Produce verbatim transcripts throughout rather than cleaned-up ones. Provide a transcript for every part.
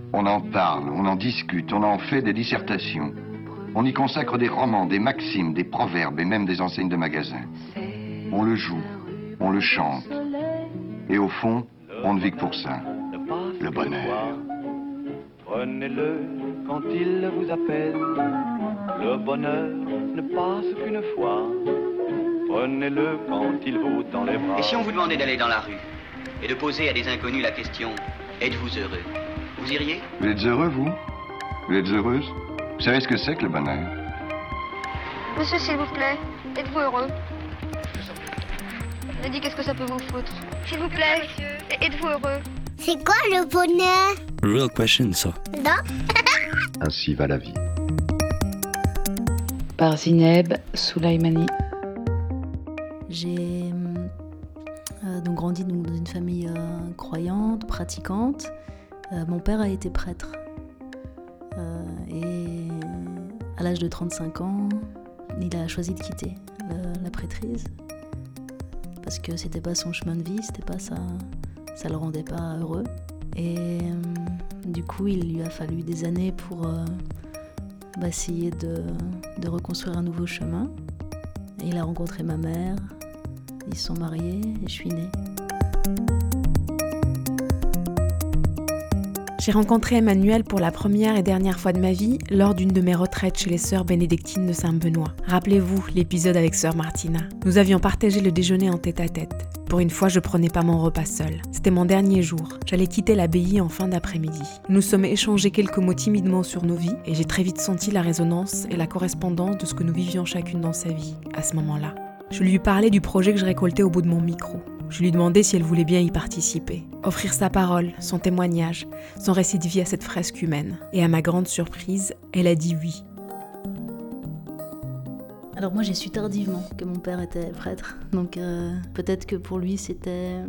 On en parle, on en discute, on en fait des dissertations. On y consacre des romans, des maximes, des proverbes et même des enseignes de magasins. On le joue, on le chante. Et au fond, on ne vit que pour ça. Le bonheur. Prenez-le quand il vous appelle. Le bonheur ne passe qu'une fois. Prenez-le quand il vous tend les bras. Et si on vous demandait d'aller dans la rue et de poser à des inconnus la question « Êtes-vous heureux ?» Vous iriez ? Vous êtes heureux, vous ? Vous êtes heureuse ? Vous savez ce que c'est que le bonheur ? Monsieur, s'il vous plaît, êtes-vous heureux ? Je dis, qu'est-ce que ça peut vous foutre ? S'il vous plaît, êtes-vous heureux ? C'est quoi le bonheur ? Real question, ça. Non. Ainsi va la vie. Par Zineb Soulaïmani. J'ai euh, donc grandi donc, dans une famille euh, croyante, pratiquante. Euh, mon père a été prêtre. Euh, et à l'âge de trente-cinq ans, il a choisi de quitter la, la prêtrise. Parce que c'était pas son chemin de vie, c'était pas ça, ça le rendait pas heureux. Et euh, du coup, il lui a fallu des années pour euh, bah, essayer de, de reconstruire un nouveau chemin. Et il a rencontré ma mère, ils se sont mariés et je suis née. J'ai rencontré Emmanuel pour la première et dernière fois de ma vie lors d'une de mes retraites chez les sœurs bénédictines de Saint-Benoît. Rappelez-vous l'épisode avec sœur Martina. Nous avions partagé le déjeuner en tête-à-tête. Pour une fois, je prenais pas mon repas seul. C'était mon dernier jour. J'allais quitter l'abbaye en fin d'après-midi. Nous nous sommes échangés quelques mots timidement sur nos vies et j'ai très vite senti la résonance et la correspondance de ce que nous vivions chacune dans sa vie, à ce moment-là. Je lui parlais du projet que je récoltais au bout de mon micro. Je lui demandais si elle voulait bien y participer, offrir sa parole, son témoignage, son récit de vie à cette fresque humaine. Et à ma grande surprise, elle a dit oui. Alors moi j'ai su tardivement que mon père était prêtre, donc euh, peut-être que pour lui c'était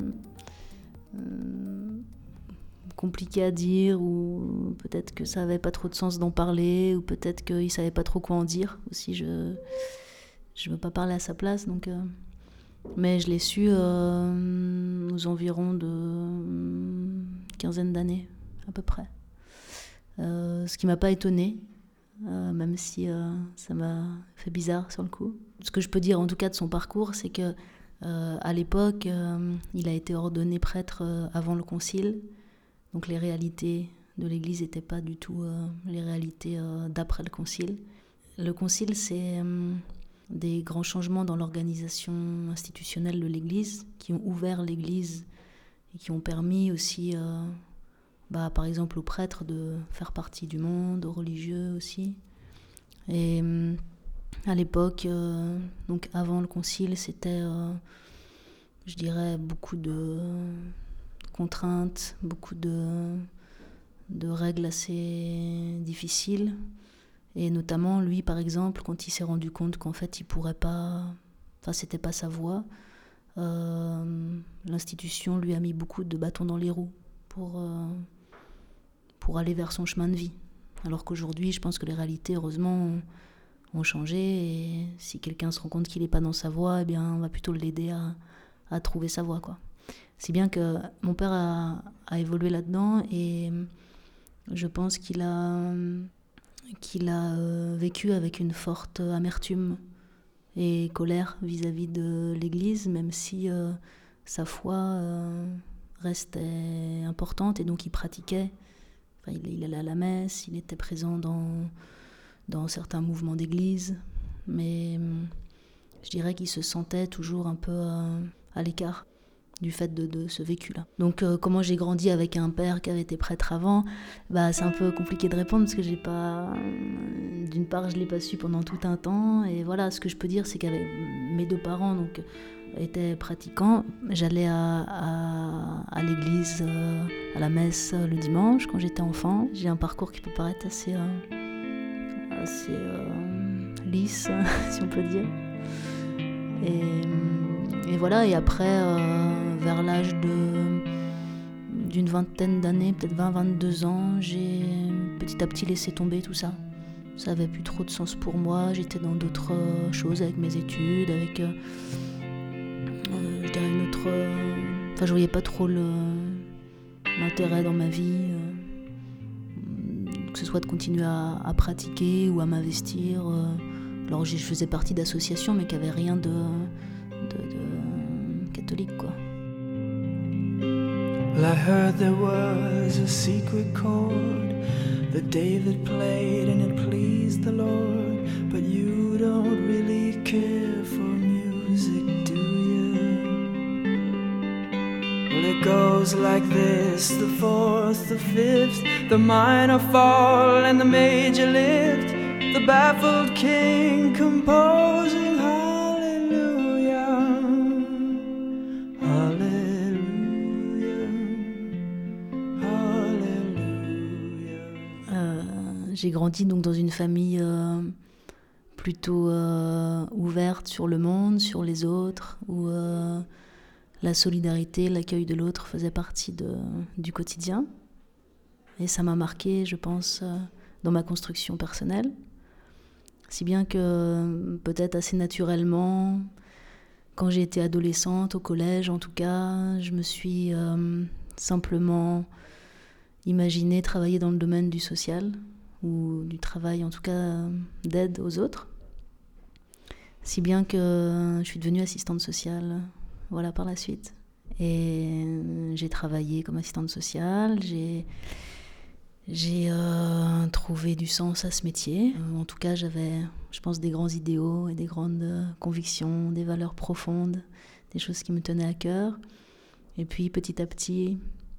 euh, compliqué à dire, ou peut-être que ça avait pas trop de sens d'en parler, ou peut-être qu'il savait pas trop quoi en dire. Aussi je je veux pas parler à sa place, donc... Euh... Mais je l'ai su euh, aux environs de une quinzaine d'années, à peu près. Euh, ce qui ne m'a pas étonnée, euh, même si euh, ça m'a fait bizarre sur le coup. Ce que je peux dire en tout cas de son parcours, c'est que euh, à l'époque, euh, il a été ordonné prêtre euh, avant le concile. Donc les réalités de l'Église n'étaient pas du tout euh, les réalités euh, d'après le concile. Le concile, c'est... Euh, des grands changements dans l'organisation institutionnelle de l'Église qui ont ouvert l'Église et qui ont permis aussi, euh, bah, par exemple, aux prêtres de faire partie du monde, aux religieux aussi. Et euh, à l'époque, euh, donc avant le concile, c'était, euh, je dirais, beaucoup de contraintes, beaucoup de, de règles assez difficiles. Et notamment, lui, par exemple, quand il s'est rendu compte qu'en fait, il pourrait pas... Enfin, c'était pas sa voie, euh, l'institution lui a mis beaucoup de bâtons dans les roues pour, euh, pour aller vers son chemin de vie. Alors qu'aujourd'hui, je pense que les réalités, heureusement, ont, ont changé. Et si quelqu'un se rend compte qu'il n'est pas dans sa voie, eh bien, on va plutôt l'aider à, à trouver sa voie, quoi. Si bien que mon père a, a évolué là-dedans et je pense qu'il a... qu'il a euh, vécu avec une forte amertume et colère vis-à-vis de l'Église, même si euh, sa foi euh, restait importante et donc il pratiquait. Enfin, il, il allait à la messe, il était présent dans, dans certains mouvements d'Église, mais je dirais qu'il se sentait toujours un peu euh, à l'écart du fait de, de ce vécu-là. Donc euh, comment j'ai grandi avec un père qui avait été prêtre avant, bah, c'est un peu compliqué de répondre parce que j'ai pas... D'une part, je l'ai pas su pendant tout un temps, et voilà, ce que je peux dire, c'est qu'avec mes deux parents donc, étaient pratiquants, j'allais à, à, à l'église, euh, à la messe le dimanche quand j'étais enfant. J'ai un parcours qui peut paraître assez, euh, assez euh, lisse, si on peut dire. Et... Et voilà, et après, euh, vers l'âge de, d'une vingtaine d'années, peut-être vingt, vingt-deux ans, j'ai petit à petit laissé tomber tout ça. Ça n'avait plus trop de sens pour moi, j'étais dans d'autres choses avec mes études, avec, euh, euh, je dirais une autre... Euh, enfin, je voyais pas trop le, l'intérêt dans ma vie. Euh, que ce soit de continuer à, à pratiquer ou à m'investir. Euh, alors je faisais partie d'associations, mais qui n'avaient rien de, de, de catholique, quoi. Well, I heard there was a secret chord that David played and it pleased the Lord. But you don't really care for music, do you? Well, it goes like this: the fourth, the fifth, the minor fall and the major lift, the baffled king composing hallelujah, hallelujah, hallelujah. Euh, j'ai grandi donc dans une famille euh, plutôt euh, ouverte sur le monde, sur les autres, où euh, la solidarité, l'accueil de l'autre faisait partie de, du quotidien. Et ça m'a marqué, je pense, euh, dans ma construction personnelle. Si bien que, peut-être assez naturellement, quand j'ai été adolescente, au collège en tout cas, je me suis euh, simplement imaginé travailler dans le domaine du social, ou du travail en tout cas d'aide aux autres. Si bien que je suis devenue assistante sociale, voilà, par la suite. Et j'ai travaillé comme assistante sociale, j'ai, j'ai euh, trouvé du sens à ce métier. En tout cas, j'avais, je pense, des grands idéaux et des grandes convictions, des valeurs profondes, des choses qui me tenaient à cœur. Et puis, petit à petit,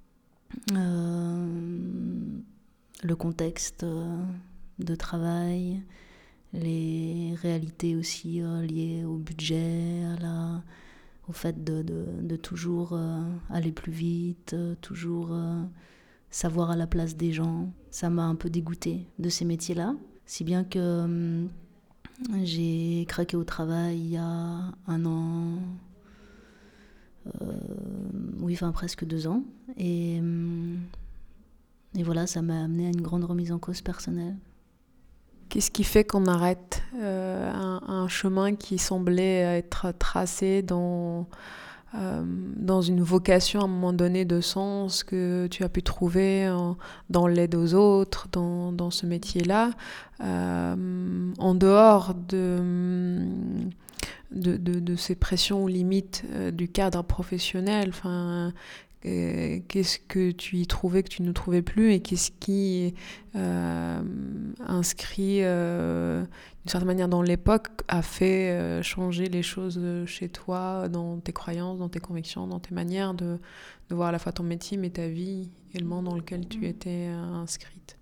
euh, le contexte de travail, les réalités aussi euh, liées au budget, à la, au fait de, de, de toujours euh, aller plus vite, euh, toujours euh, savoir à la place des gens. Ça m'a un peu dégoûtée de ces métiers-là, si bien que euh, j'ai craqué au travail il y a un an, euh, oui, enfin presque deux ans, et, et voilà, ça m'a amené à une grande remise en cause personnelle. Qu'est-ce qui fait qu'on arrête euh, un, un chemin qui semblait être tracé dans, euh, dans une vocation à un moment donné de sens que tu as pu trouver en, dans l'aide aux autres, dans, dans ce métier-là, euh, en dehors de, de, de, de ces pressions ou limites euh, du cadre professionnel, enfin, Euh, qu'est-ce que tu y trouvais que tu ne trouvais plus, et qu'est-ce qui euh, inscrit euh, d'une certaine manière dans l'époque a fait euh, changer les choses chez toi, dans tes croyances, dans tes convictions, dans tes manières de, de voir à la fois ton métier mais ta vie et le monde dans lequel tu étais euh, inscrite?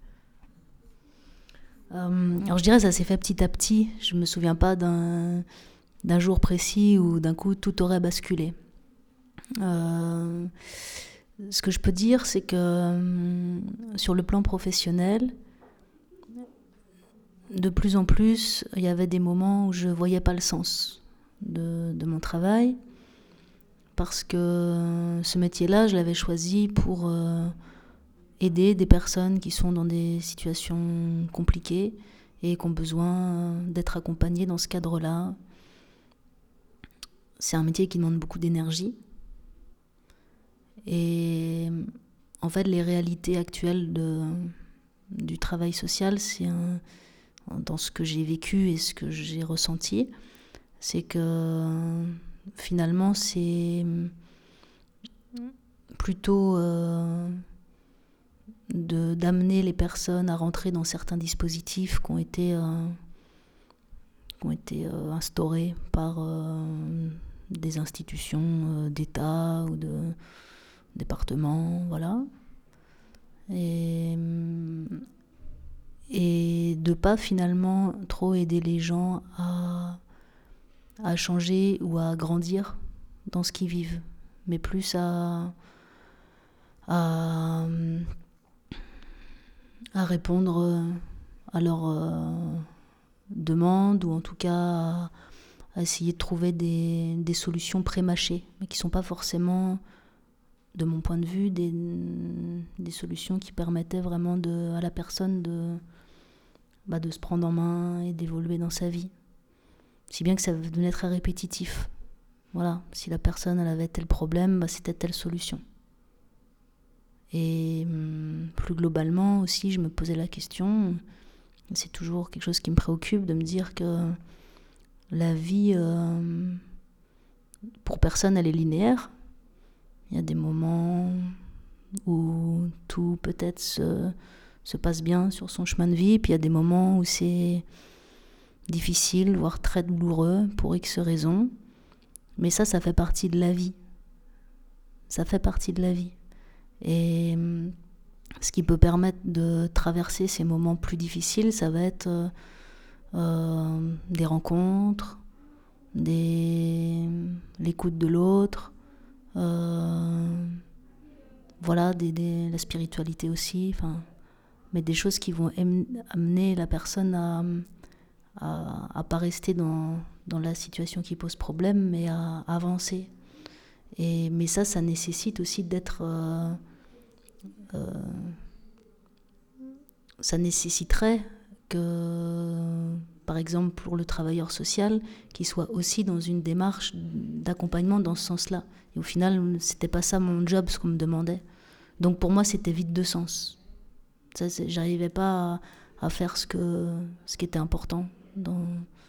euh, Alors je dirais que ça s'est fait petit à petit. Je me souviens pas d'un, d'un jour précis où d'un coup tout aurait basculé. Euh, ce que je peux dire, c'est que euh, sur le plan professionnel, de plus en plus, il y avait des moments où je ne voyais pas le sens de, de mon travail, parce que ce métier-là, je l'avais choisi pour euh, aider des personnes qui sont dans des situations compliquées et qui ont besoin d'être accompagnées dans ce cadre-là. C'est un métier qui demande beaucoup d'énergie. Et en fait, les réalités actuelles de, du travail social, c'est un, dans ce que j'ai vécu et ce que j'ai ressenti, c'est que finalement, c'est plutôt euh, de, d'amener les personnes à rentrer dans certains dispositifs qui ont été, euh, qui ont été euh, instaurés par euh, des institutions euh, d'État ou de département, voilà, et, et de pas finalement trop aider les gens à, à changer ou à grandir dans ce qu'ils vivent, mais plus à, à, à répondre à leurs euh, demandes, ou en tout cas à, à essayer de trouver des, des solutions pré-mâchées, mais qui ne sont pas forcément, de mon point de vue, des, des solutions qui permettaient vraiment de, à la personne de, bah, de se prendre en main et d'évoluer dans sa vie. Si bien que ça devenait très répétitif. Voilà, si la personne elle avait tel problème, bah, c'était telle solution. Et plus globalement aussi, je me posais la question, c'est toujours quelque chose qui me préoccupe, de me dire que la vie, euh, pour personne, elle est linéaire. Il y a des moments où tout peut-être se, se passe bien sur son chemin de vie, puis il y a des moments où c'est difficile, voire très douloureux pour X raisons. Mais ça, ça fait partie de la vie. Ça fait partie de la vie. Et ce qui peut permettre de traverser ces moments plus difficiles, ça va être euh, euh, des rencontres, des... l'écoute de l'autre, euh, voilà, des, des... la spiritualité aussi, enfin, mais des choses qui vont amener la personne à à, à pas rester dans, dans la situation qui pose problème, mais à, à avancer. Et, mais ça, ça nécessite aussi d'être... Euh, euh, ça nécessiterait que, par exemple, pour le travailleur social, qu'il soit aussi dans une démarche d'accompagnement dans ce sens-là. Et au final, c'était pas ça mon job, ce qu'on me demandait. Donc pour moi, c'était vide de sens. Ça, j'arrivais pas à, à faire ce, que, ce qui était important dans,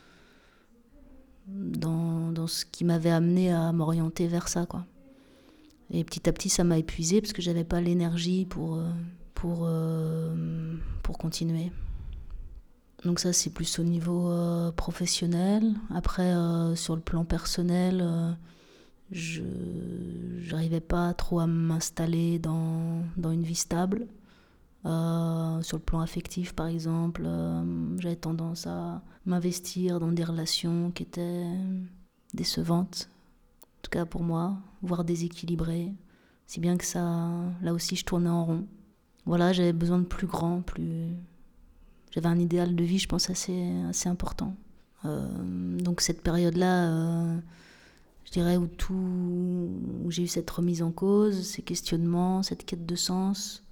dans, dans ce qui m'avait amené à m'orienter vers ça, quoi. Et petit à petit, ça m'a épuisée parce que j'avais pas l'énergie pour, pour, euh, pour continuer. Donc ça, c'est plus au niveau euh, professionnel. Après, euh, sur le plan personnel, euh, je n'arrivais pas trop à m'installer dans, dans une vie stable. Euh, sur le plan affectif, par exemple, euh, j'avais tendance à m'investir dans des relations qui étaient décevantes, en tout cas pour moi, voire déséquilibrées, si bien que ça, là aussi, je tournais en rond. Voilà, j'avais besoin de plus grand, plus... J'avais un idéal de vie, je pense, assez, assez important. Euh, donc cette période-là, euh, je dirais, où, tout, où j'ai eu cette remise en cause, ces questionnements, cette quête de sens...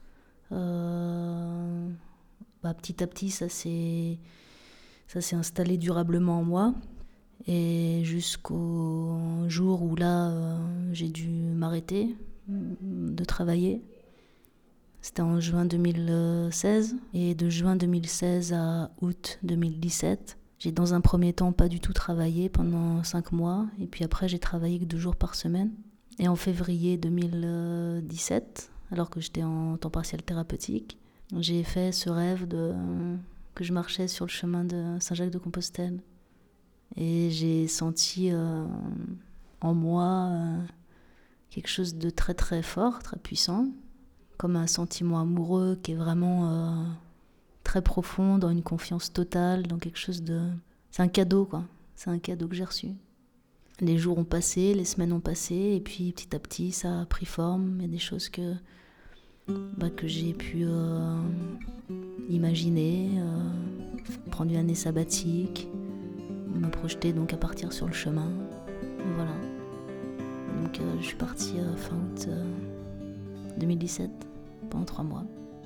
Euh, bah, petit à petit ça s'est, ça s'est installé durablement en moi, et jusqu'au jour où là euh, j'ai dû m'arrêter de travailler. C'était en juin deux mille seize, et de juin deux mille seize à août deux mille dix-sept, j'ai dans un premier temps pas du tout travaillé pendant cinq mois, et puis après j'ai travaillé que deux jours par semaine. Et en février deux mille dix-sept, alors que j'étais en temps partiel thérapeutique, j'ai fait ce rêve de, que je marchais sur le chemin de Saint-Jacques-de-Compostelle. Et j'ai senti euh, en moi euh, quelque chose de très très fort, très puissant, comme un sentiment amoureux qui est vraiment euh, très profond, dans une confiance totale, dans quelque chose de... C'est un cadeau, quoi. C'est un cadeau que j'ai reçu. Les jours ont passé, les semaines ont passé, et puis petit à petit, ça a pris forme. Il y a des choses que, bah, que j'ai pu euh, imaginer, euh, prendre une année sabbatique, me projeter donc à partir sur le chemin. Et voilà. Donc euh, je suis partie euh, fin août euh, deux mille dix-sept, pendant trois mois.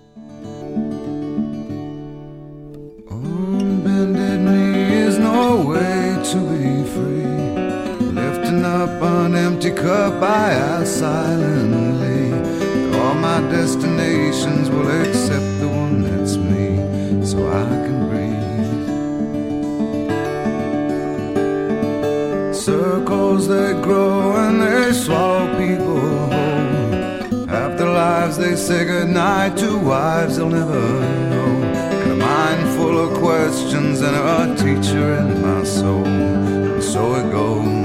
On bended knee is no way to be free. Lifting up an empty cup I ask silently. All my destinations will accept the one that's me, so I can breathe. Circles they grow and they swallow people whole. After lives they say goodnight to wives they'll never know. And a mind full of questions and a teacher in my soul. And so it goes.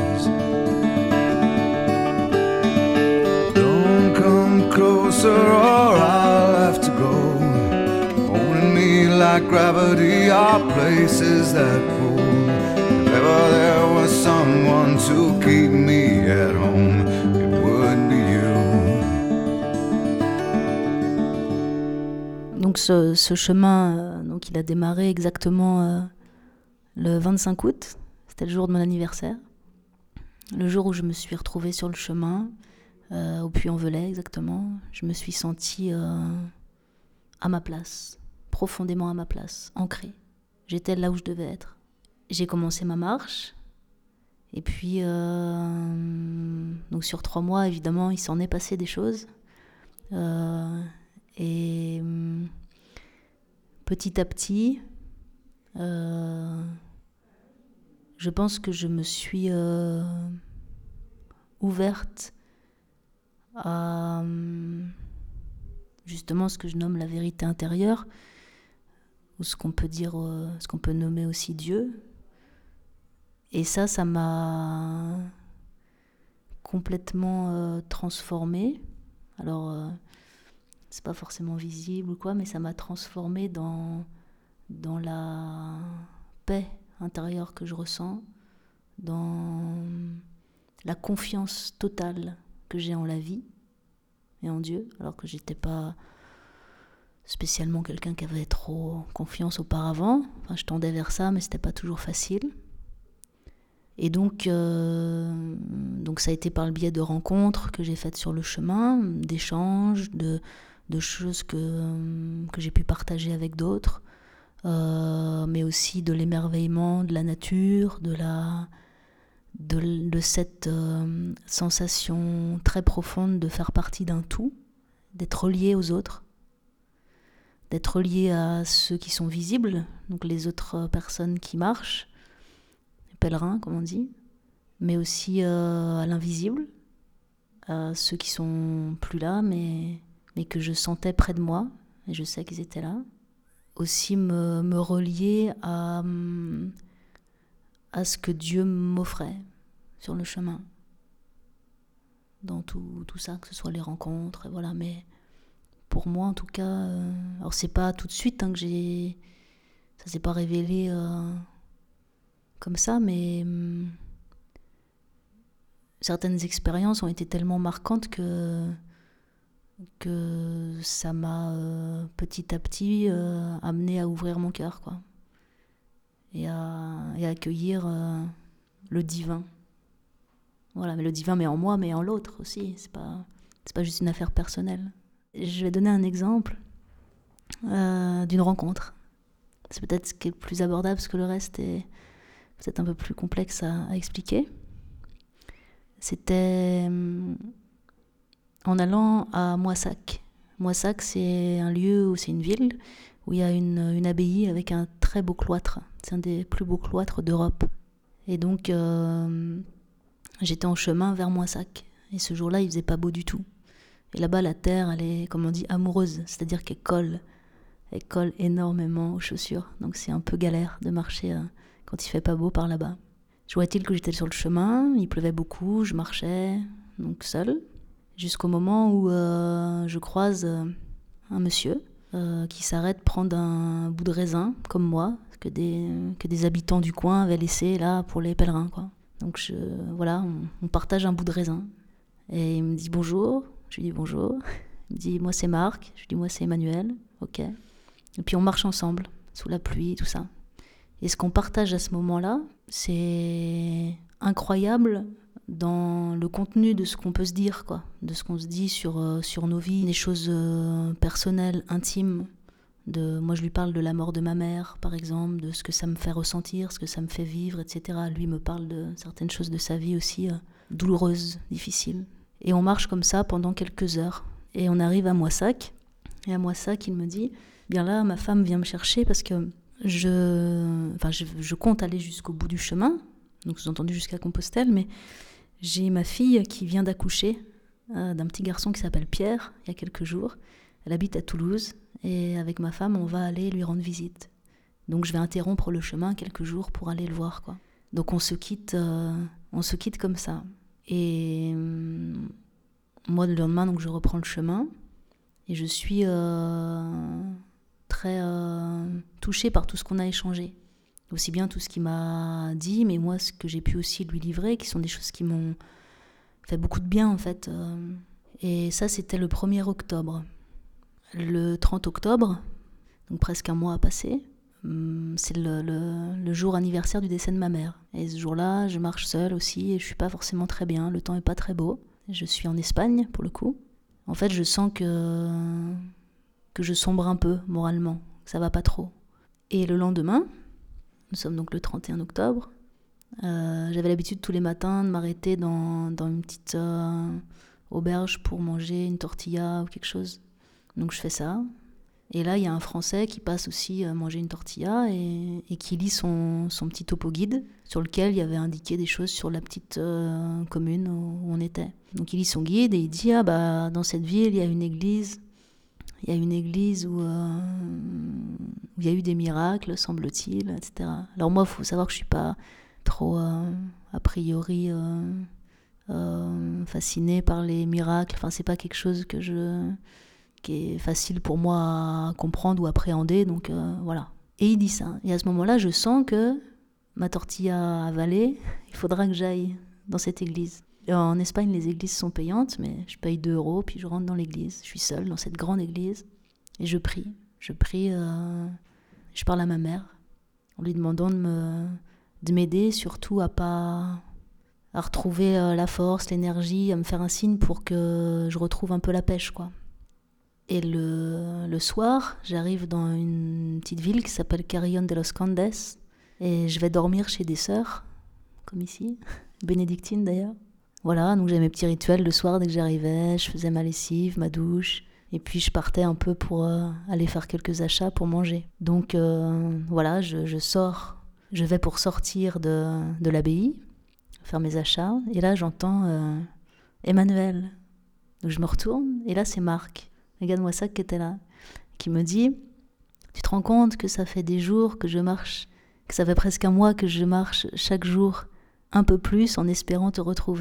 Closer or I'll have to go. Holding me like gravity are places that pull. If ever there was someone to keep me at home, it would be you. Donc ce, ce chemin, euh, donc il a démarré exactement euh, le vingt-cinq août, c'était le jour de mon anniversaire. Le jour où je me suis retrouvée sur le chemin, Euh, au Puy-en-Velay exactement, je me suis sentie euh, à ma place, profondément à ma place, ancrée. J'étais là où je devais être. J'ai commencé ma marche, et puis euh, donc sur trois mois, évidemment, il s'en est passé des choses. Euh, et hum, petit à petit, euh, je pense que je me suis euh, ouverte à hum, justement ce que je nomme la vérité intérieure, ou ce qu'on peut dire, euh, ce qu'on peut nommer aussi Dieu. Et ça, ça m'a complètement euh, transformée. Alors, euh, c'est pas forcément visible ou quoi, mais ça m'a transformée dans, dans la paix intérieure que je ressens, dans la confiance totale que j'ai en la vie et en Dieu, alors que j'étais pas spécialement quelqu'un qui avait trop confiance auparavant. Enfin, je tendais vers ça, mais c'était pas toujours facile. Et donc, euh, donc ça a été par le biais de rencontres que j'ai faites sur le chemin, d'échanges, de, de choses que, que j'ai pu partager avec d'autres, euh, mais aussi de l'émerveillement de la nature, de, la, de, de cette euh, sensation très profonde de faire partie d'un tout, d'être relié aux autres, d'être relié à ceux qui sont visibles, donc les autres personnes qui marchent, les pèlerins comme on dit, mais aussi euh, à l'invisible, à ceux qui sont plus là, mais, mais que je sentais près de moi, et je sais qu'ils étaient là. Aussi me, me relier à, à ce que Dieu m'offrait sur le chemin, dans tout, tout ça, que ce soit les rencontres, et voilà, mais pour moi en tout cas, euh, alors c'est pas tout de suite hein, que j'ai, ça s'est pas révélé euh, comme ça, mais hum, certaines expériences ont été tellement marquantes que que ça m'a euh, petit à petit euh, amené à ouvrir mon cœur, quoi, et à, et à accueillir euh, le divin. Voilà, mais le divin, mais en moi, mais en l'autre aussi. C'est pas, c'est pas juste une affaire personnelle. Je vais donner un exemple euh, d'une rencontre. C'est peut-être ce qui est le plus abordable, parce que le reste est peut-être un peu plus complexe à, à expliquer. C'était euh, en allant à Moissac. Moissac, c'est un lieu, où c'est une ville, où il y a une, une abbaye avec un très beau cloître. C'est un des plus beaux cloîtres d'Europe. Et donc, euh, j'étais en chemin vers Moissac. Et ce jour-là, il faisait pas beau du tout. Et là-bas, la terre, elle est, comme on dit, amoureuse, c'est-à-dire qu'elle colle. Elle colle énormément aux chaussures. Donc c'est un peu galère de marcher euh, quand il fait pas beau par là-bas. Je vois-t-il que j'étais sur le chemin, il pleuvait beaucoup, je marchais, donc seule, jusqu'au moment où euh, je croise euh, un monsieur euh, qui s'arrête prendre un bout de raisin, comme moi, que des, que des habitants du coin avaient laissé là pour les pèlerins, quoi. Donc je, voilà, on, on partage un bout de raisin. Et il me dit bonjour. Je lui dis bonjour. Il me dit moi c'est Marc. Je lui dis moi c'est Emmanuel. Ok. Et puis on marche ensemble, sous la pluie, tout ça. Et ce qu'on partage à ce moment-là, c'est incroyable dans le contenu de ce qu'on peut se dire, quoi. De ce qu'on se dit sur, euh, sur nos vies, des choses euh, personnelles, intimes. De, moi je lui parle de la mort de ma mère, par exemple, de ce que ça me fait ressentir, ce que ça me fait vivre, et cetera. Lui me parle de certaines choses de sa vie aussi, euh, douloureuses, difficiles. Et on marche comme ça pendant quelques heures. Et on arrive à Moissac. Et à Moissac, il me dit, bien là, ma femme vient me chercher parce que je, enfin, je, je compte aller jusqu'au bout du chemin, donc sous-entendu jusqu'à Compostelle, mais j'ai ma fille qui vient d'accoucher euh, d'un petit garçon qui s'appelle Pierre, il y a quelques jours. Elle habite à Toulouse. Et avec ma femme, on va aller lui rendre visite. Donc je vais interrompre le chemin quelques jours pour aller le voir, quoi. Donc on se quitte, euh, on se quitte comme ça. Et euh, moi, le lendemain, donc, je reprends le chemin et je suis euh, très euh, touchée par tout ce qu'on a échangé. Aussi bien tout ce qu'il m'a dit, mais moi, ce que j'ai pu aussi lui livrer, qui sont des choses qui m'ont fait beaucoup de bien, en fait. Et ça, c'était le premier octobre. Le trente octobre, donc presque un mois a passé, c'est le, le, le jour anniversaire du décès de ma mère. Et ce jour-là, je marche seule aussi et je suis pas forcément très bien, le temps est pas très beau. Je suis en Espagne, pour le coup. En fait, je sens que, que je sombre un peu, moralement, que ça va pas trop. Et le lendemain, nous sommes donc le trente et un octobre, euh, j'avais l'habitude tous les matins de m'arrêter dans, dans une petite... Euh, auberge pour manger une tortilla ou quelque chose. Donc je fais ça. Et là, il y a un Français qui passe aussi manger une tortilla et, et qui lit son, son petit topo guide sur lequel il y avait indiqué des choses sur la petite euh, commune où on était. Donc il lit son guide et il dit « Ah bah, dans cette ville, il y a une église. Il y a une église où, euh, où il y a eu des miracles, semble-t-il, et cetera » Alors moi, il faut savoir que je ne suis pas trop, euh, a priori, euh, euh, fascinée par les miracles. Enfin, ce n'est pas quelque chose que je... qui est facile pour moi à comprendre ou appréhender, donc euh, voilà. Et il dit ça. Et à ce moment-là, je sens que ma tortilla avalée, il faudra que j'aille dans cette église. Et en Espagne, les églises sont payantes, mais je paye deux euros, puis je rentre dans l'église. Je suis seule dans cette grande église, et je prie. Je prie, euh, je parle à ma mère, en lui demandant de, me, de m'aider, surtout à pas... à retrouver euh, la force, l'énergie, à me faire un signe pour que je retrouve un peu la pêche, quoi. Et le, le soir, j'arrive dans une petite ville qui s'appelle Carrión de los Condes et je vais dormir chez des sœurs, comme ici, bénédictines d'ailleurs. Voilà, donc j'avais mes petits rituels le soir dès que j'arrivais, je faisais ma lessive, ma douche, et puis je partais un peu pour euh, aller faire quelques achats pour manger. Donc euh, voilà, je, je sors, je vais pour sortir de, de l'abbaye, faire mes achats, et là j'entends euh, Emmanuel. Donc je me retourne, et là c'est Marc. Regarde-moi ça qui était là, qui me dit « Tu te rends compte que ça fait des jours que je marche, que ça fait presque un mois que je marche chaque jour un peu plus en espérant te retrouver. »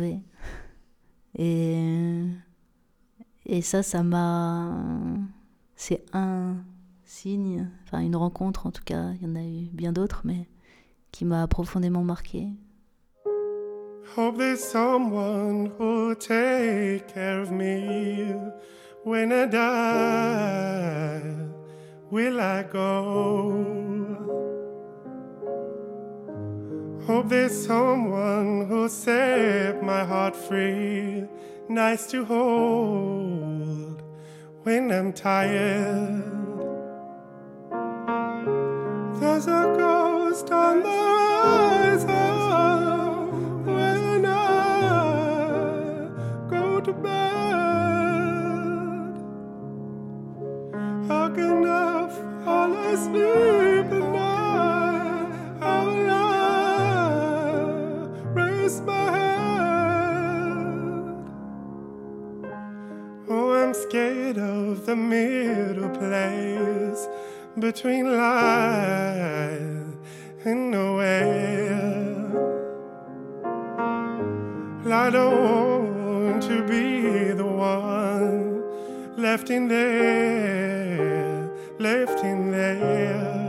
Et, et ça, ça m'a... C'est un signe, enfin une rencontre en tout cas, il y en a eu bien d'autres, mais qui m'a profondément marquée. Hope there's someone who'll take care of me. When I die, will I go? Hope there's someone who'll set my heart free, nice to hold when I'm tired. There's a ghost on the horizon when I go to bed. How can I fall asleep at night? How will I raise my head? Oh, I'm scared of the middle place between life and nowhere. I don't want to be the one left in there, left in there.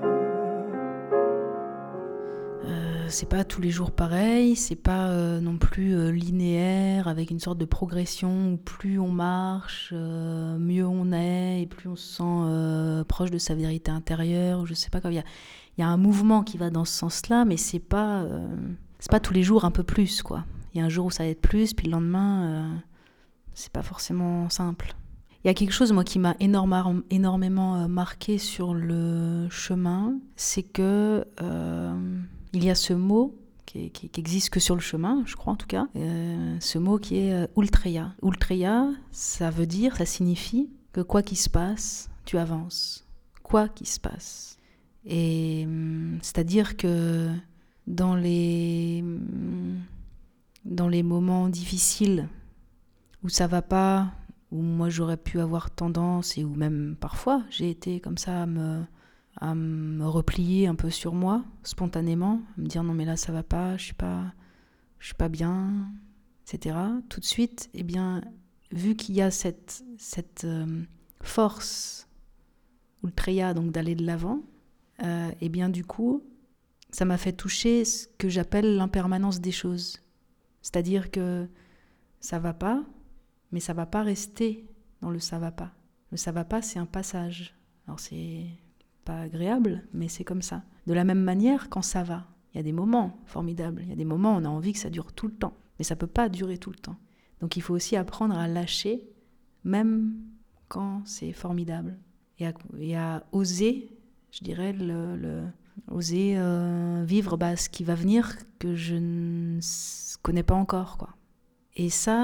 Euh, c'est pas tous les jours pareil, c'est pas euh, non plus euh, linéaire avec une sorte de progression où plus on marche, euh, mieux on est et plus on se sent euh, proche de sa vérité intérieure. Je sais pas, il y a, il y a un mouvement qui va dans ce sens-là, mais c'est pas, euh, c'est pas tous les jours un peu plus, quoi. Il y a un jour où ça va être plus, puis le lendemain, euh, c'est pas forcément simple. Il y a quelque chose, moi, qui m'a énorme, énormément marqué sur le chemin, c'est que euh, il y a ce mot qui, qui, qui existe que sur le chemin, je crois en tout cas, euh, ce mot qui est euh, ultreya. Ultreya, ça veut dire, ça signifie que quoi qu'il se passe, tu avances. Quoi qu'il se passe. Et euh, c'est-à-dire que dans les... dans les moments difficiles où ça va pas, où moi j'aurais pu avoir tendance, et où même parfois j'ai été comme ça à me, à me replier un peu sur moi, spontanément, à me dire non mais là ça va pas, je suis pas, je suis pas bien, et cetera. Tout de suite, eh bien, vu qu'il y a cette, cette euh, force ultreya, donc d'aller de l'avant, euh, eh bien du coup, ça m'a fait toucher ce que j'appelle l'impermanence des choses. C'est-à-dire que ça va pas, mais ça va pas rester dans le ça va pas. Le ça va pas, c'est un passage. Alors c'est pas agréable, mais c'est comme ça. De la même manière, quand ça va, il y a des moments formidables, il y a des moments où on a envie que ça dure tout le temps, mais ça peut pas durer tout le temps. Donc il faut aussi apprendre à lâcher, même quand c'est formidable, et à, et à oser, je dirais, le, le, oser euh, vivre bah, ce qui va venir que je ne connais pas encore, quoi. Et ça,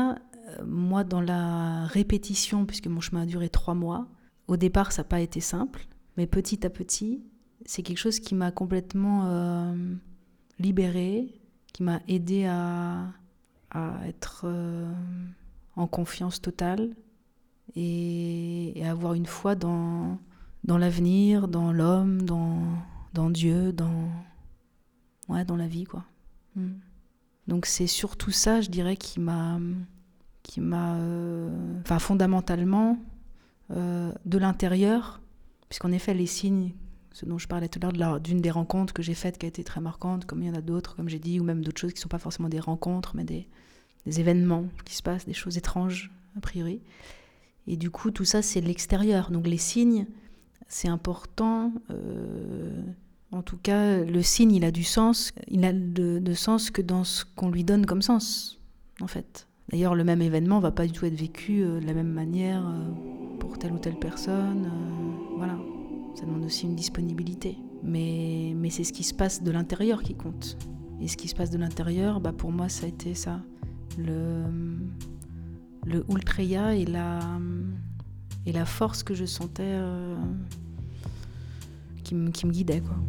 euh, moi, dans la répétition, puisque mon chemin a duré trois mois, au départ, ça n'a pas été simple, mais petit à petit, c'est quelque chose qui m'a complètement euh, libérée, qui m'a aidée à, à être euh, en confiance totale et, et à avoir une foi dans, dans l'avenir, dans l'homme, dans, dans Dieu, dans, ouais, dans la vie, quoi. Mm. Donc c'est surtout ça, je dirais, qui m'a, qui m'a euh, enfin, fondamentalement, euh, de l'intérieur, puisqu'en effet, les signes, ce dont je parlais tout à l'heure, de la, d'une des rencontres que j'ai faites qui a été très marquante, comme il y en a d'autres, comme j'ai dit, ou même d'autres choses qui ne sont pas forcément des rencontres, mais des, des événements qui se passent, des choses étranges, a priori. Et du coup, tout ça, c'est de l'extérieur. Donc les signes, c'est important. Euh, en tout cas, le signe, il a du sens. Il n'a de, de sens que dans ce qu'on lui donne comme sens, en fait. D'ailleurs, le même événement ne va pas du tout être vécu euh, de la même manière euh, pour telle ou telle personne. Euh, voilà. Ça demande aussi une disponibilité. Mais, mais c'est ce qui se passe de l'intérieur qui compte. Et ce qui se passe de l'intérieur, bah pour moi, ça a été ça. Le, le Ultreya et la, et la force que je sentais euh, qui, me, qui me guidait, quoi.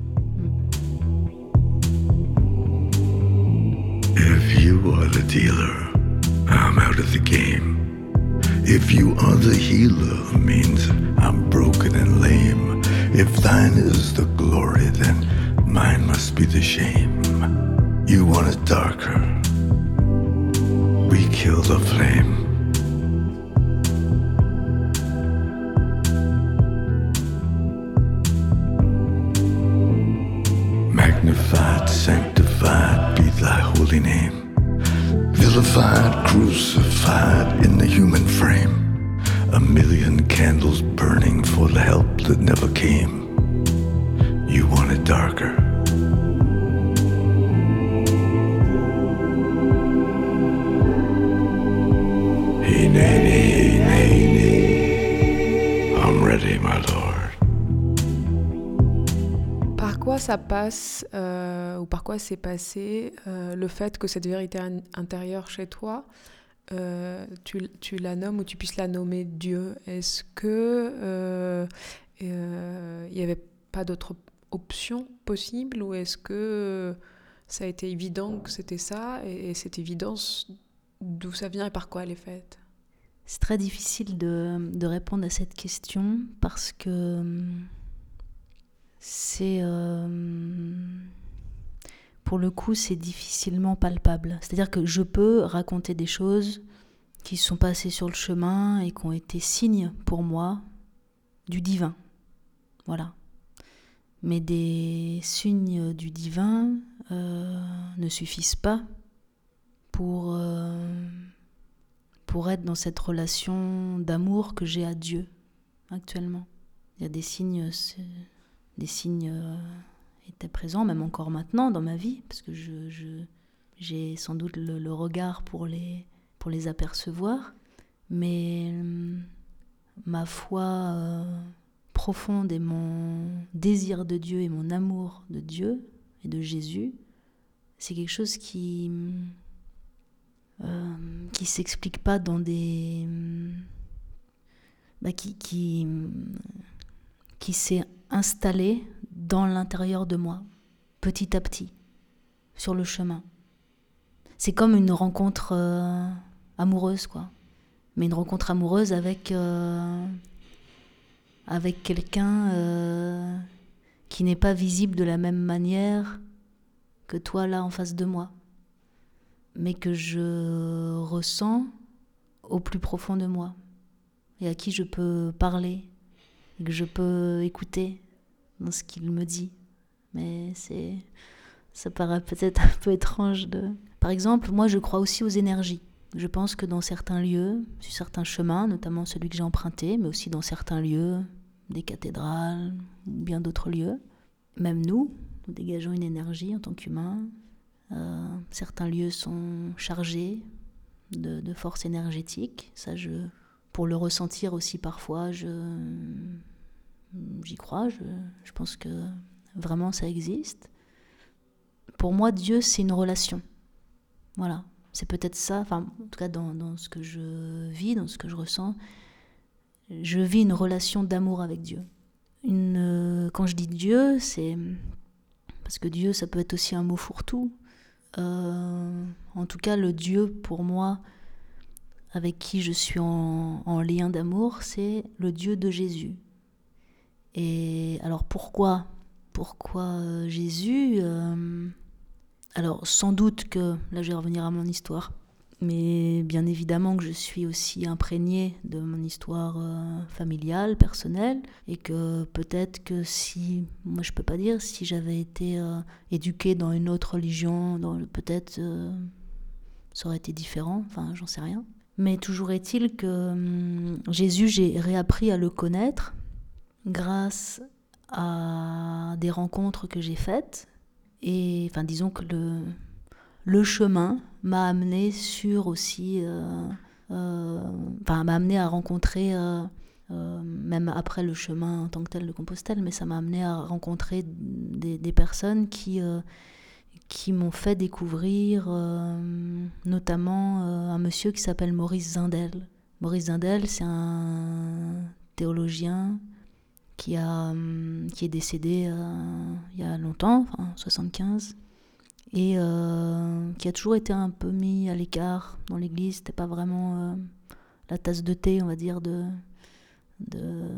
If you are the dealer, I'm out of the game. If you are the healer, means I'm broken and lame. If thine is the glory, then mine must be the shame. You want it darker, we kill the flame. Magnified, sanctified be thy holy name. Vilified, crucified in the human frame. A million candles burning for the help that never came. You want it darker. Hey, nay, nay, nay, nay. I'm ready, my lord. Par quoi ça passe, euh, ou par quoi s'est passé euh, le fait que cette vérité in- intérieure chez toi, euh, tu, tu la nommes ou tu puisses la nommer Dieu? Est-ce que euh, euh, il n'y avait pas d'autre option possible, ou est-ce que ça a été évident que c'était ça, et, et cette évidence, d'où ça vient et par quoi elle est faite? C'est très difficile de, de répondre à cette question parce que c'est, euh, pour le coup, c'est difficilement palpable. C'est-à-dire que je peux raconter des choses qui sont passées sur le chemin et qui ont été signes pour moi du divin. Voilà. Mais des signes du divin euh, ne suffisent pas pour, euh, pour être dans cette relation d'amour que j'ai à Dieu actuellement. Il y a des signes... C'est, des signes euh, étaient présents, même encore maintenant dans ma vie, parce que je, je, j'ai sans doute le, le regard pour les, pour les apercevoir, mais euh, ma foi euh, profonde et mon désir de Dieu et mon amour de Dieu et de Jésus, c'est quelque chose qui euh, qui s'explique pas dans des... Bah, qui, qui, qui s'est installé dans l'intérieur de moi, petit à petit, sur le chemin. C'est comme une rencontre euh, amoureuse, quoi. Mais une rencontre amoureuse avec, euh, avec quelqu'un euh, qui n'est pas visible de la même manière que toi, là, en face de moi. Mais que je ressens au plus profond de moi. Et à qui je peux parler, et que je peux écouter dans ce qu'il me dit. Mais c'est, ça paraît peut-être un peu étrange de... Par exemple, moi je crois aussi aux énergies. Je pense que dans certains lieux, sur certains chemins, notamment celui que j'ai emprunté, mais aussi dans certains lieux, des cathédrales, ou bien d'autres lieux, même nous, nous dégageons une énergie en tant qu'humains. Euh, certains lieux sont chargés de, de force énergétique. Ça, je, pour le ressentir aussi parfois, je... J'y crois, je, je pense que vraiment ça existe. Pour moi, Dieu, c'est une relation. Voilà. C'est peut-être ça, enfin, en tout cas dans, dans ce que je vis, dans ce que je ressens, je vis une relation d'amour avec Dieu. Une, euh, quand je dis Dieu, c'est... Parce que Dieu, ça peut être aussi un mot fourre-tout. Euh, en tout cas, le Dieu, pour moi, avec qui je suis en, en lien d'amour, c'est le Dieu de Jésus. Et alors pourquoi Pourquoi euh, Jésus euh, Alors sans doute que, là je vais revenir à mon histoire, mais bien évidemment que je suis aussi imprégnée de mon histoire euh, familiale, personnelle, et que peut-être que si, moi je peux pas dire, si j'avais été euh, éduquée dans une autre religion, dans, peut-être euh, ça aurait été différent, enfin j'en sais rien. Mais toujours est-il que hum, Jésus, j'ai réappris à le connaître grâce à des rencontres que j'ai faites, et enfin disons que le... Le chemin m'a amené sur aussi, euh, euh, enfin m'a amené à rencontrer, euh, euh, même après le chemin en tant que tel de Compostelle, mais ça m'a amené à rencontrer des, des personnes qui, euh, qui m'ont fait découvrir euh, notamment euh, un monsieur qui s'appelle Maurice Zindel. Maurice Zindel, c'est un théologien qui, a, qui est décédé euh, il y a longtemps, enfin soixante-quinze, et euh, qui a toujours été un peu mis à l'écart dans l'église. C'était pas vraiment euh, la tasse de thé, on va dire, de, de,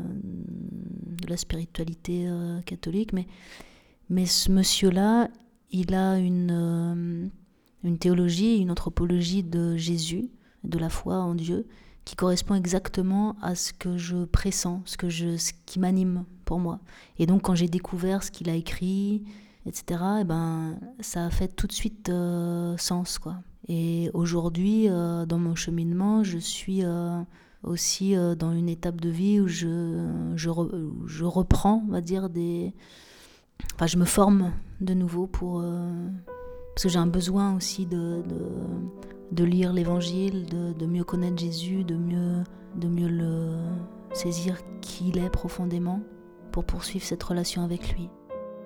de la spiritualité euh, catholique, mais, mais ce monsieur-là, il a une, euh, une théologie, une anthropologie de Jésus, de la foi en Dieu, qui correspond exactement à ce que je pressens, ce, que je, ce qui m'anime pour moi. Et donc quand j'ai découvert ce qu'il a écrit, et cetera, et ben, ça a fait tout de suite euh, sens, quoi. Et aujourd'hui, euh, dans mon cheminement, je suis euh, aussi euh, dans une étape de vie où je, je, re, je reprends, on va dire, des... Enfin, je me forme de nouveau pour... Euh, parce que j'ai un besoin aussi de, de, de lire l'Évangile, de, de mieux connaître Jésus, de mieux, de mieux le saisir qui il est profondément, pour poursuivre cette relation avec lui.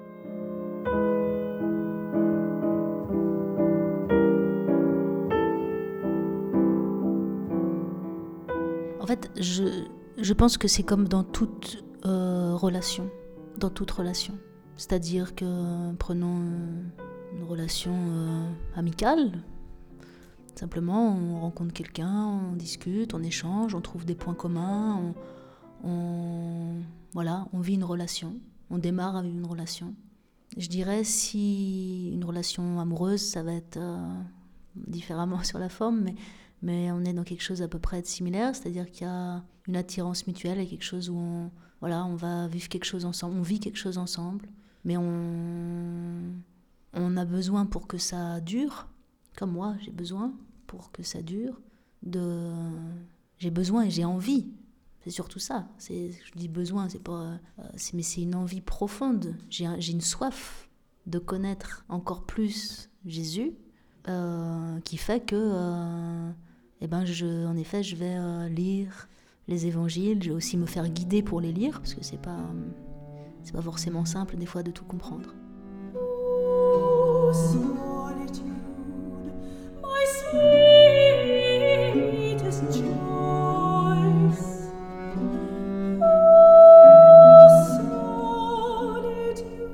En fait, je, je pense que c'est comme dans toute euh, relation, dans toute relation. C'est-à-dire que, prenons une relation euh, amicale, simplement on rencontre quelqu'un, on discute, on échange, on trouve des points communs, on, on, voilà, on vit une relation, on démarre avec une relation. Je dirais si une relation amoureuse, ça va être euh, différemment sur la forme, mais... mais on est dans quelque chose à peu près de similaire, c'est-à-dire qu'il y a une attirance mutuelle et quelque chose où on, voilà, on va vivre quelque chose ensemble, on vit quelque chose ensemble, mais on, on a besoin pour que ça dure, comme moi j'ai besoin pour que ça dure, de, j'ai besoin et j'ai envie, c'est surtout ça, c'est, je dis besoin, c'est pas, c'est, mais c'est une envie profonde, j'ai, j'ai une soif de connaître encore plus Jésus, euh, qui fait que... Euh, Eh ben, je, en effet, je vais euh, lire les évangiles, je vais aussi me faire guider pour les lire, parce que c'est pas, c'est pas forcément simple des fois de tout comprendre. Oh, solitude, my sweetest choice. Oh, solitude,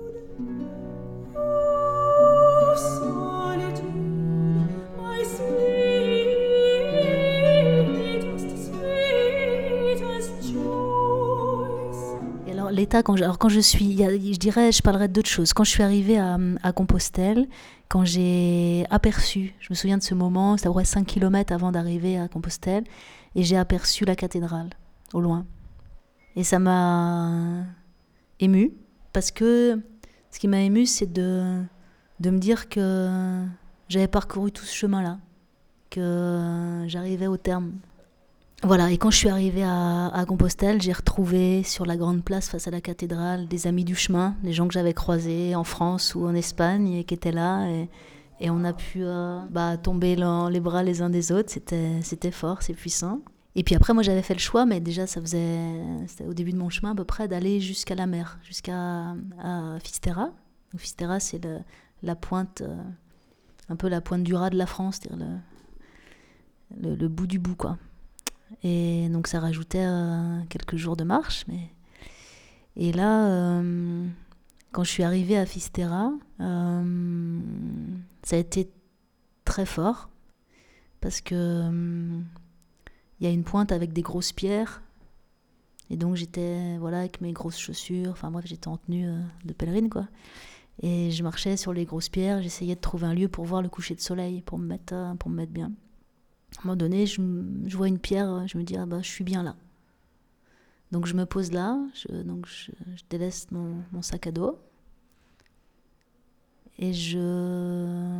oh, solitude, my sweetest. L'état, quand je, alors quand je suis, je dirais, je parlerai d'autres choses. Quand je suis arrivée à, à Compostelle, quand j'ai aperçu, je me souviens de ce moment, c'était à peu près cinq kilomètres avant d'arriver à Compostelle, et j'ai aperçu la cathédrale, au loin. Et ça m'a émue, parce que ce qui m'a émue, c'est de, de me dire que j'avais parcouru tout ce chemin-là, que j'arrivais au terme. Voilà, et quand je suis arrivée à, à Compostelle, j'ai retrouvé sur la grande place face à la cathédrale des amis du chemin, des gens que j'avais croisés en France ou en Espagne et qui étaient là, et, et on a pu euh, bah, tomber dans les bras les uns des autres, c'était, c'était fort, c'est puissant. Et puis après, moi j'avais fait le choix, mais déjà ça faisait, c'était au début de mon chemin à peu près, d'aller jusqu'à la mer, jusqu'à à Fisterra. Donc Fisterra, c'est le, la pointe... Euh, un peu la pointe du raz de la France, c'est-à-dire le, le, le bout du bout, quoi. Et donc ça rajoutait euh, quelques jours de marche. Mais... Et là, euh, quand je suis arrivée à Fisterra, euh, ça a été très fort, parce que euh, y a une pointe avec des grosses pierres, et donc j'étais voilà, avec mes grosses chaussures, enfin bref, j'étais en tenue euh, de pèlerine, quoi. Et je marchais sur les grosses pierres, j'essayais de trouver un lieu pour voir le coucher de soleil, pour me mettre, euh, pour me mettre bien. À un moment donné, je, je vois une pierre, je me dis, ah bah, je suis bien là. Donc je me pose là, je, donc je, je délaisse mon, mon sac à dos, et je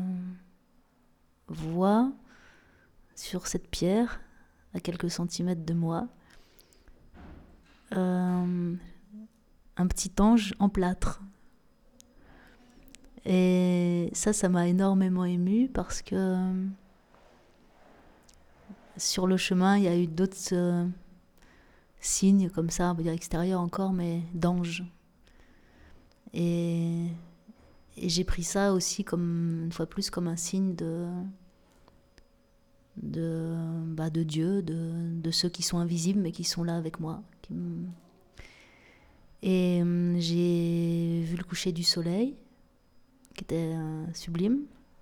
vois sur cette pierre, à quelques centimètres de moi, euh, un petit ange en plâtre. Et ça, ça m'a énormément émue, parce que sur le chemin, il y a eu d'autres euh, signes comme ça, on peut dire extérieurs encore, mais d'anges. Et, et j'ai pris ça aussi, comme, une fois plus, comme un signe de, de, bah, de Dieu, de, de ceux qui sont invisibles, mais qui sont là avec moi. Qui me... Et euh, j'ai vu le coucher du soleil, qui était euh, sublime.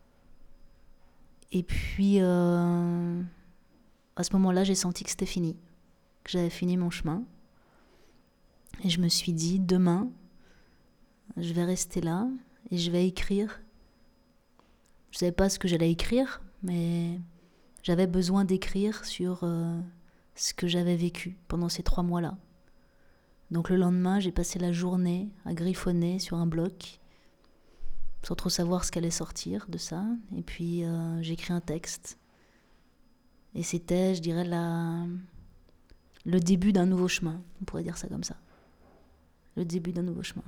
Et puis... Euh, à ce moment-là, j'ai senti que c'était fini, que j'avais fini mon chemin. Et je me suis dit, demain, je vais rester là et je vais écrire. Je ne savais pas ce que j'allais écrire, mais j'avais besoin d'écrire sur euh, ce que j'avais vécu pendant ces trois mois-là. Donc le lendemain, j'ai passé la journée à griffonner sur un bloc, sans trop savoir ce qu'allait sortir de ça. Et puis euh, j'ai écrit un texte. Et c'était, je dirais, la... le début d'un nouveau chemin. On pourrait dire ça comme ça. Le début d'un nouveau chemin.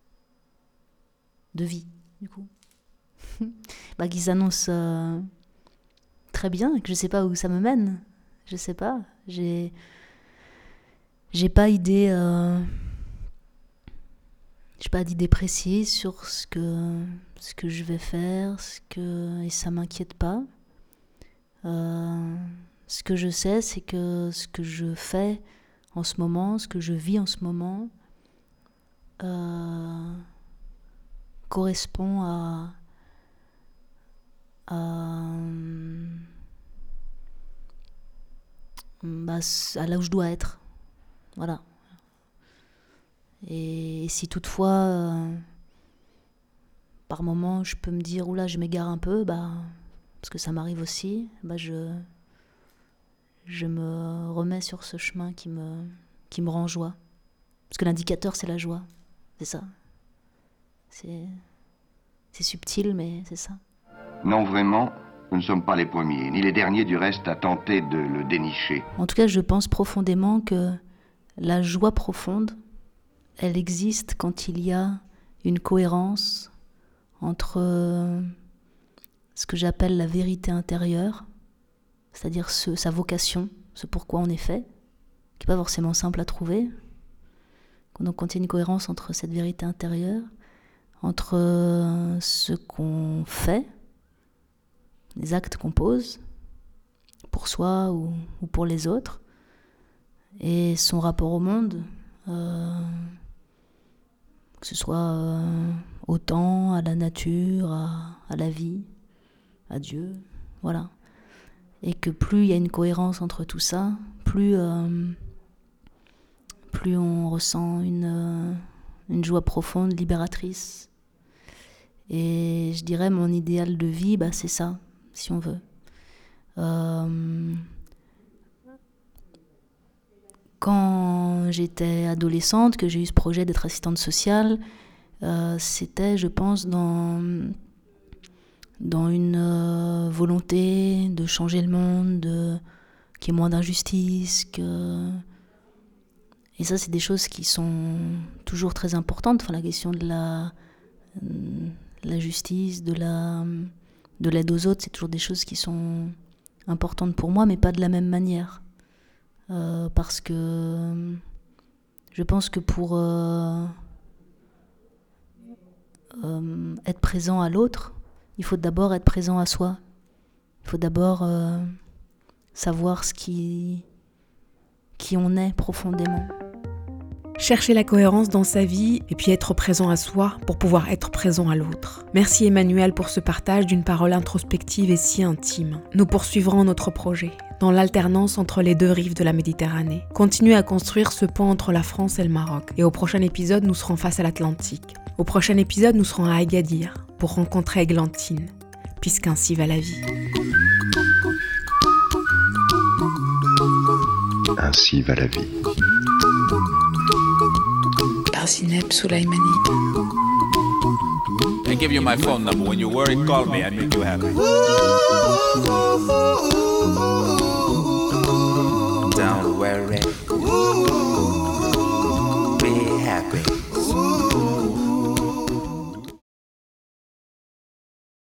De vie, du coup. bah, qui s'annonce euh, très bien, et que je ne sais pas où ça me mène. Je ne sais pas. J'ai... J'ai pas idée... Euh... J'ai pas d'idée précise sur ce que, ce que je vais faire, ce que... et ça m'inquiète pas. Euh, ce que je sais, c'est que ce que je fais en ce moment, ce que je vis en ce moment, euh, correspond à, à, bah, à là où je dois être. Voilà. Et, et si toutefois, euh, par moment, je peux me dire, oula, je m'égare un peu, bah... parce que ça m'arrive aussi, bah je, je me remets sur ce chemin qui me, qui me rend joie. Parce que l'indicateur, c'est la joie. C'est ça. C'est, c'est subtil, mais c'est ça. Non, vraiment, nous ne sommes pas les premiers, ni les derniers du reste à tenter de le dénicher. En tout cas, je pense profondément que la joie profonde, elle existe quand il y a une cohérence entre... Euh, ce que j'appelle la vérité intérieure, c'est-à-dire ce, sa vocation, ce pourquoi on est fait, qui n'est pas forcément simple à trouver. Donc quand il y a une cohérence entre cette vérité intérieure, entre euh, ce qu'on fait, les actes qu'on pose, pour soi ou, ou pour les autres, et son rapport au monde, euh, que ce soit euh, au temps, à la nature, à, à la vie, à Dieu, voilà. Et que plus il y a une cohérence entre tout ça, plus, euh, plus on ressent une, euh, une joie profonde, libératrice. Et je dirais mon idéal de vie, bah, c'est ça, si on veut. Euh, quand j'étais adolescente, que j'ai eu ce projet d'être assistante sociale, euh, c'était, je pense, dans... dans une euh, volonté de changer le monde, de, qu'il y ait moins d'injustice. Que... Et ça, c'est des choses qui sont toujours très importantes. Enfin, la question de la, de la justice, de, la, de l'aide aux autres, c'est toujours des choses qui sont importantes pour moi, mais pas de la même manière. Euh, parce que je pense que pour euh, euh, être présent à l'autre, il faut d'abord être présent à soi. Il faut d'abord euh, savoir ce qui, qui on est profondément. Chercher la cohérence dans sa vie et puis être présent à soi pour pouvoir être présent à l'autre. Merci Emmanuel pour ce partage d'une parole introspective et si intime. Nous poursuivrons notre projet, dans l'alternance entre les deux rives de la Méditerranée. Continuez à construire ce pont entre la France et le Maroc. Et au prochain épisode, nous serons face à l'Atlantique. Au prochain épisode, nous serons à Agadir pour rencontrer Églantine, puisqu'ainsi va la vie. Ainsi va la vie. Par Zineb Soulaïmani. I give you my phone number. When you worry, call me. I make you happy. Don't worry. Be happy.